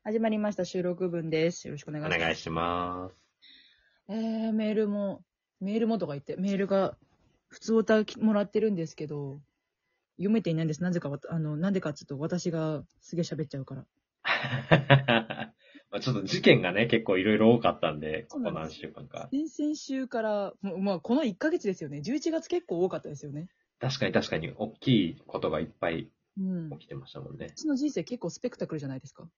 始まりました収録分です。よろしくお願いします。 お願いします。 メールもとか言って、メールが普通おたもらってるんですけど、読めていないんです。なぜかなんでかっていうと、私がすげえ喋っちゃうから。 まあちょっと事件がね、結構いろいろ多かったんで、ここ何そうなんです。 週間か。 先々週から、まあ、この1ヶ月ですよね。11月結構多かったですよね。 確かに、大きいことがいっぱいうん。 起きてましたもんね。 私の人生結構スペクタクルじゃないですか。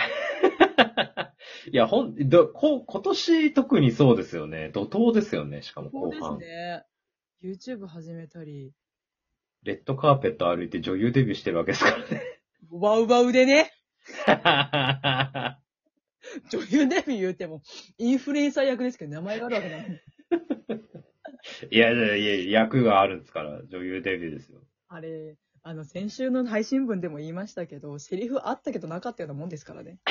いや、今年特にそうですよね。怒涛ですよね。しかもそうです後半。 ね。YouTube 始めたり、 レッドカーペット歩いて女優デビューしてるわけですからね。 ワウワウでね、女優デビュー言うても、インフルエンサー役ですけど、名前があるわけない。 いや、役があるんですから、女優デビューですよ。 あれ、先週の配信分でも言いましたけど、セリフあったけどなかったようなもんですからね。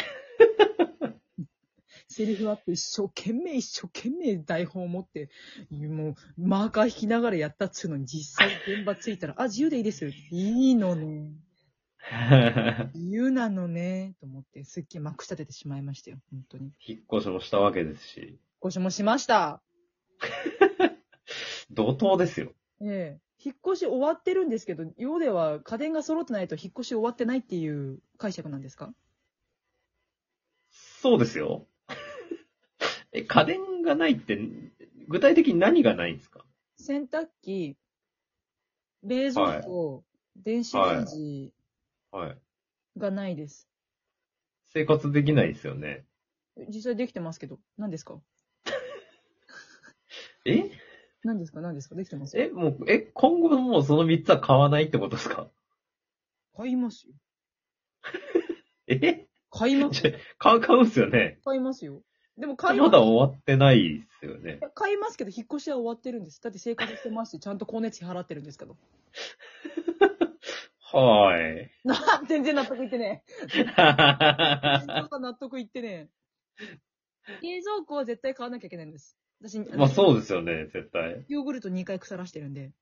セリフあって一生懸命台本を持って、もう、マーカー引きながらやったっつうのに、実際現場着いたら、あ、自由でいいですよ。いいのね。自由なのね。と思って、すっげえまくし立ててしまいましたよ。本当に。 引っ越しもしたわけですし、 ごしもしました。 怒涛ですよ。 ええ。引っ越し終わってるんですけど、世では家電が揃ってないと引っ越し終わってないっていう解釈なんですか？ そうですよ。家電がないって、具体的に何がないんですか？ 洗濯機、冷蔵はい。 庫、電子レンはジい。はい。 がないです。 生活できないですよね。 実際できてますけど、何ですか？ え何ですかできてますよ。 今後もうその3つは買わないってことですか？ 買いますよ。 え買いますよ。 買うんすよね。 買いますよ。でもまだ終わってないですよね。 買いますけど、引っ越しは終わってるんです。だって生活してますし、ちゃんと光熱費払ってるんですけど。 はい。 全然納得いってねえ。全然納得いってねえ。冷蔵庫は絶対買わなきゃいけないんです。私、 まあそうですよね、絶対。 ヨーグルト2回腐らしてるんで。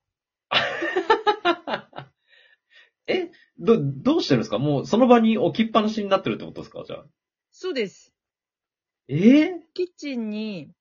え、どうしてるんですか？もうその場に置きっぱなしになってるってことですか？じゃあ。 そうです。 えキッチンに、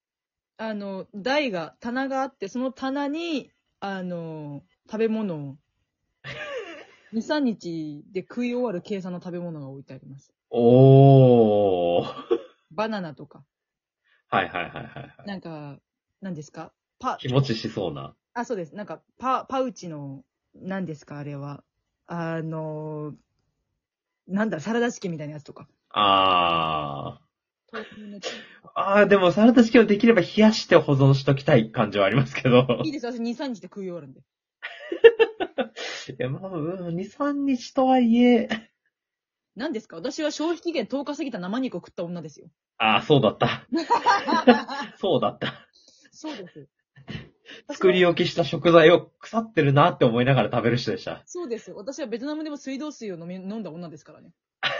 棚があって、その棚に、食べ物を、2、3日で食い終わる計算の食べ物が置いてあります。 おー。 バナナとか、 はい。 なんか、何ですか気持ちしそうな。 そうです。なんか、パウチの、何ですかあれは。あの、サラダチキンみたいなやつとか。 あ豆腐のでもサラダチキンをできれば冷やして保存しときたい感じはありますけど。 いいです。私2、3日で食い終わるんで。 いや、2、3日とはいえ。 何ですか私は消費期限10日過ぎた生肉を食った女ですよ。 そうだった。そうだった。 そうです。私は、 作り置きした食材を腐ってるなって思いながら食べる人でした。 そうです。私はベトナムでも水道水を飲んだ女ですからね。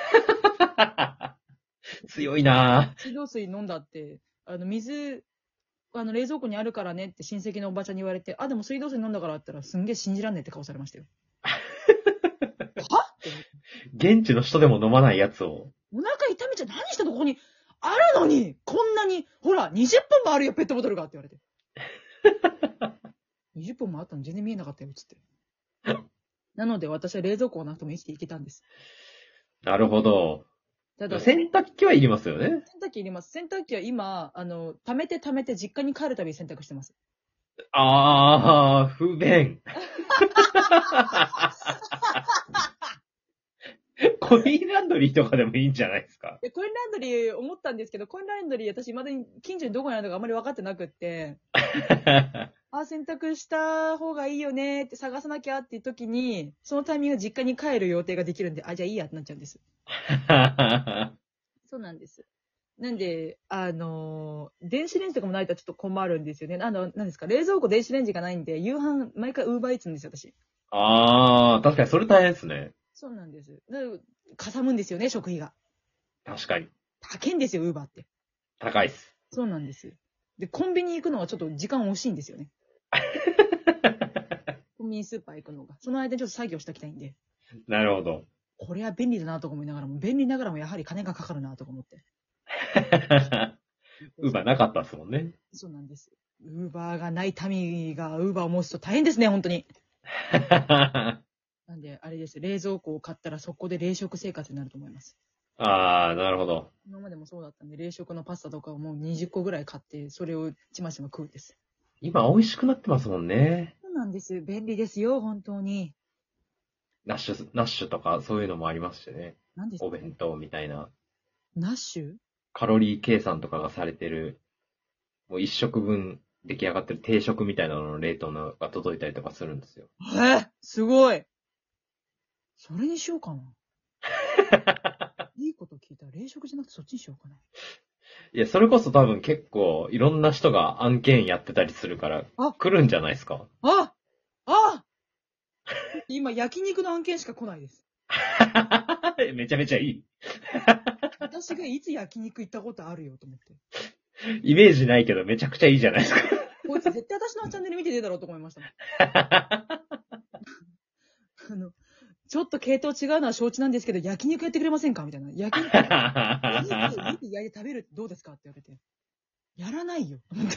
強いな水道水飲んだって、水、冷蔵庫にあるからねって親戚のおばちゃんに言われて、でも水道水飲んだからって言ったらすんげえ信じらんねえって顔されましたよ。はって思って。 現地の人でも飲まないやつを。 お腹痛めちゃ何してんのここにあるのにこんなに、ほら、20本もあるよ、ペットボトルがって言われて。20本もあったの全然見えなかったよ、つって。なので私は冷蔵庫がなくても生きていけたんです。 なるほど。 ただ、 洗濯機はいりますよね。 洗濯機いります。洗濯機は今、貯めて実家に帰るたびに洗濯してます。 不便。コインランドリーとかでもいいんじゃないですか。 コインランドリー思ったんですけど、コインランドリー私未だに近所にどこにあるのかあんまり分かってなくって、洗濯した方がいいよねって探さなきゃっていう時に、そのタイミングで実家に帰る予定ができるんで、じゃあいいやってなっちゃうんです。そうなんです。なんで、電子レンジとかもないとちょっと困るんですよね。なんですか、冷蔵庫電子レンジがないんで、夕飯毎回ウーバーイーツんですよ、私。 確かにそれ大変ですね。 そうなんです。かさむんですよね、食費が。 確かに。 高いんですよ、ウーバーって。 高いっす。 そうなんですよ。で、コンビニ行くのはちょっと時間惜しいんですよね。コンビニスーパー行くのが。その間にちょっと作業しておきたいんで。 なるほど。 これは便利だなとか思いながらも、便利ながらもやはり金がかかるなとか思って。 ウーバーなかったっすもんね。 そうなんです。ウーバーがない民がウーバーを持つと大変ですね、本当に。なんで、あれです。冷蔵庫を買ったらそこで冷食生活になると思います。 あー、なるほど。 今までもそうだったんで、冷食のパスタとかをもう20個ぐらい買って、それをちまちま食うんです。 今美味しくなってますもんね。 そうなんです。便利ですよ、本当に。 ナッシュとかそういうのもありますしね。 何ですか？ お弁当みたいな。 ナッシュ？ カロリー計算とかがされてる、もう一食分出来上がってる定食みたいなのの冷凍のが届いたりとかするんですよ。 すごい。それにしようかな。いいこと聞いたら冷食じゃなくてそっちにしようかな。 いや、それこそ多分結構いろんな人が案件やってたりするからあ、 来るんじゃないですか。 ああ今、焼肉の案件しか来ないです。 めちゃめちゃいい。 私がいつ焼肉行ったことあるよと思って。 イメージないけどめちゃくちゃいいじゃないですか。 こいつ絶対私のチャンネル見てねえだろうと思いましたもん。ちょっと系統違うのは承知なんですけど、焼肉やってくれませんかみたいな。焼肉、お肉家で食べるってどうですかって言われて。やらないよ。と思って。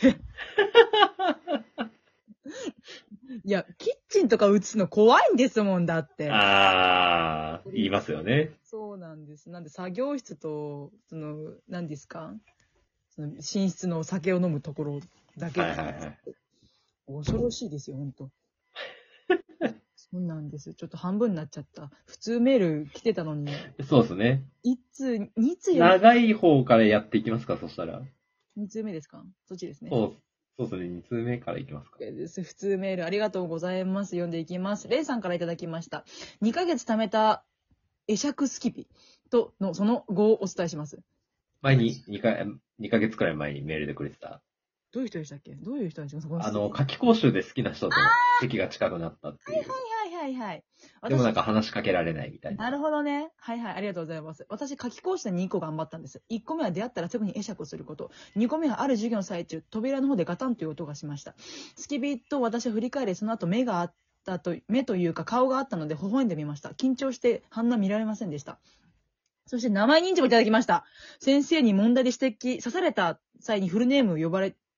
いや、キッチンとか映すの怖いんですもんだって。 言いますよね。 そうなんです。なんで作業室と、何ですか？寝室の酒を飲むところだけで、 はいはいはい。 恐ろしいですよ、ほんと。そうなんです。ちょっと半分になっちゃった。普通メール来てたのに。 そうですね。 2通長い方からやっていきますか、そしたら。 2通目ですか？そっちですね。 そうですね。2通目からいきますか。 普通メールありがとうございます。読んでいきます。レイさんからいただきました。2ヶ月貯めた会釈スキピとのその後をお伝えします。 前に2ヶ月くらい前にメールでくれてた。 どういう人でしたっけ？どういう人なんですか？ 夏期講習で好きな人と席が近くなったっていう。 はい。 でもなんか話しかけられないみたいな。 なるほどね。はい、ありがとうございます。私、夏期講習で2個頑張ったんです。1個目は出会ったらすぐに会釈をすること。2個目はある授業の最中、扉の方でガタンという音がしました。スキビと私は振り返り、その後目というか顔があったので微笑んでみました。緊張して反応見られませんでした。そして名前認知もいただきました。先生に問題で指摘、刺された際にフルネームを呼ば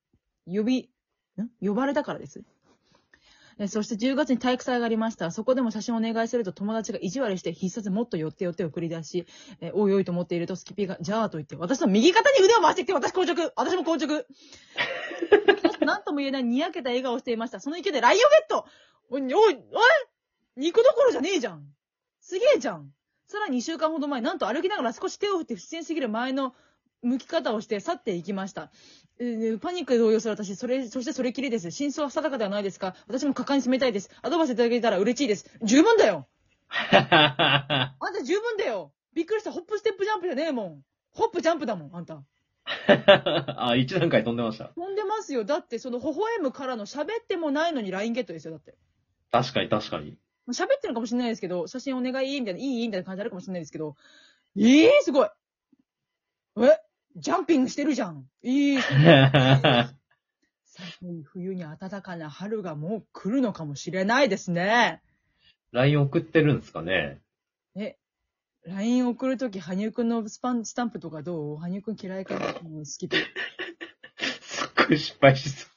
れたからです。そして10月に体育祭がありました。そこでも写真をお願いすると友達が意地悪して必殺もっと寄ってを繰り出し、おいおいと思っているとスキピが、じゃあと言って、私の右肩に腕を回してきて、私も硬直なんとも言えないにやけた笑顔をしていました。その勢いでライオンゲットおい肉どころじゃねえじゃん。すげえじゃん。さらに2週間ほど前、なんと歩きながら少し手を振って不自然すぎる前の向き方をして去っていきました。パニックで動揺する私、そしてそれきりです。真相は定かではないですか？私も果敢に攻めたいです。アドバイスいただけたら嬉しいです。十分だよあんた十分だよ。びっくりした。ホップステップジャンプじゃねえもん。ホップジャンプだもん、あんた。 一段階飛んでました。 飛んでますよ。だって、微笑むからの喋ってもないのに LINE ゲットですよ、だって。 確かに。 喋ってるのかもしれないですけど、写真お願いみたいな、いいみたいな感じあるかもしれないですけど、すごいジャンピングしてるじゃん。寒い冬に暖かな春がもう来るのかもしれないですね。 LINE 送ってるんですかね。 LINE 送るとき、羽生くんのスタンプとかどう？羽生くん嫌いかな？好きで。 すっごい失敗しそう。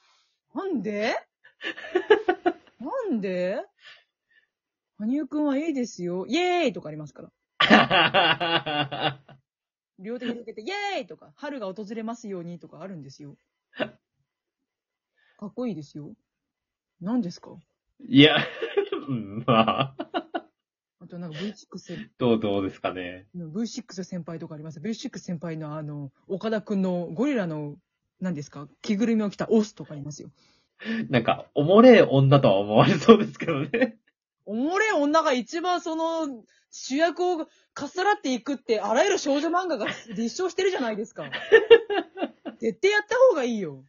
なんで羽生くんはいいですよ。イエーイとかありますから。両手広げて、イエーイとか、春が訪れますようにとかあるんですよ。かっこいいですよ。何ですか？ いや、まあ。 あとなんか V6 どうですかね。 V6 先輩とかあります。V6 先輩の岡田くんのゴリラの、何ですか？着ぐるみを着たオスとかいますよ。 なんか、おもれえ女とは思われそうですけどね。 おもれえ女が一番主役をかっさらっていくって、あらゆる少女漫画が立証してるじゃないですか。絶対やった方がいいよ。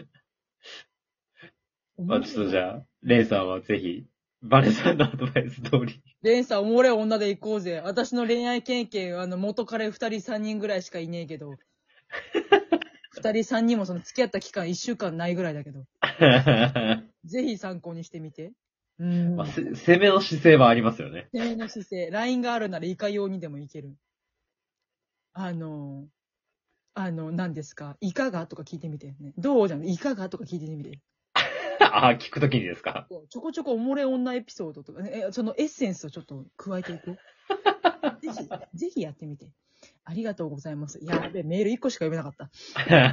ちょっとじゃあ、レイさんはぜひ、バネさんのアドバイス通り。 レンさん、おもれえ女で行こうぜ。私の恋愛経験、元彼2人3人ぐらいしかいねえけど。2人3人も付き合った期間1週間ないぐらいだけど。ぜひ参考にしてみて。 まあ、攻めの姿勢はありますよね。 攻めの姿勢。LINE があるならいかようにでもいける。何ですかいかがとか聞いてみて。ね、どうじゃんいかがとか聞いてみて。 ああ、聞くときにですか？ ちょこちょこおもれ女エピソードとか、ね、そのエッセンスをちょっと加えていく。ぜひやってみて。ありがとうございます。やべえ、メール1個しか読めなかった。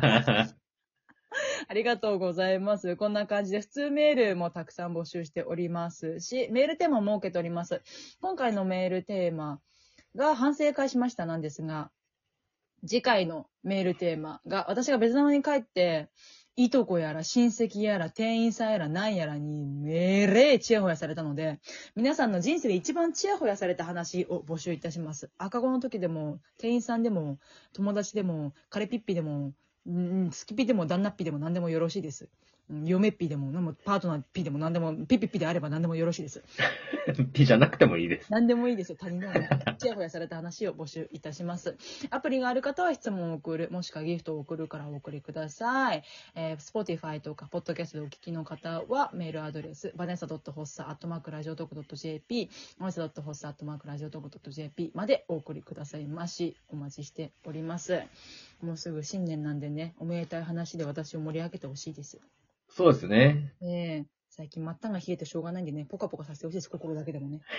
ありがとうございます。こんな感じで普通メールもたくさん募集しておりますし、メールテーマも設けております。今回のメールテーマが反省会しましたなんですが、次回のメールテーマが私がベトナムに帰って、いとこやら親戚やら店員さんやらなんやらにめれーチヤホヤされたので、皆さんの人生で一番チヤホヤされた話を募集いたします。赤子の時でも、店員さんでも、友達でも、カレピッピでも、スキピでも旦那っぴでも何でもよろしいです。嫁っぴでも、パートナーっぴでも何でも、ピッピッピであれば何でもよろしいです。 ピじゃなくてもいいです。 何でもいいですよ。他人のチヤホヤされた話を募集いたします。アプリがある方は質問を送る、もしくはギフトを送るからお送りください。Spotify とか、ポッドキャストでお聞きの方は、メールアドレス、vanessa.hossa@radiotoko.jp、vanessa.hossa@radiotoko.jp までお送りくださいまし、お待ちしております。もうすぐ新年なんでね、おめでたい話で私を盛り上げてほしいです。 そうですね。 最近末端が冷えてしょうがないんでね、ポカポカさせてほしいです、心だけでもね。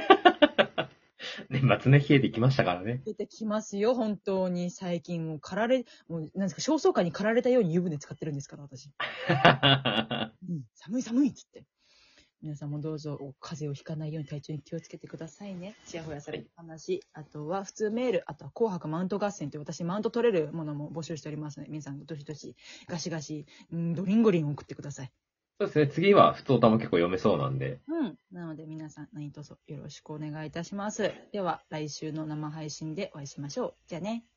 年末ね、冷えてきましたからね。 出てきますよ、本当に。最近もうなんですか、焦燥感に駆られたように湯船使ってるんですから、私。寒い寒いって言って。皆さんもどうぞ風邪をひかないように体調に気をつけてくださいね。ちやほやされる話、あとは普通メール、あとは紅白マウント合戦という私マウント取れるものも募集しておりますので、皆さんどしどしガシガシ、ドリンゴリン送ってください。 そうですね。次は普通歌も結構読めそうなんで。 なので皆さん何卒よろしくお願いいたします。では来週の生配信でお会いしましょう。じゃあね。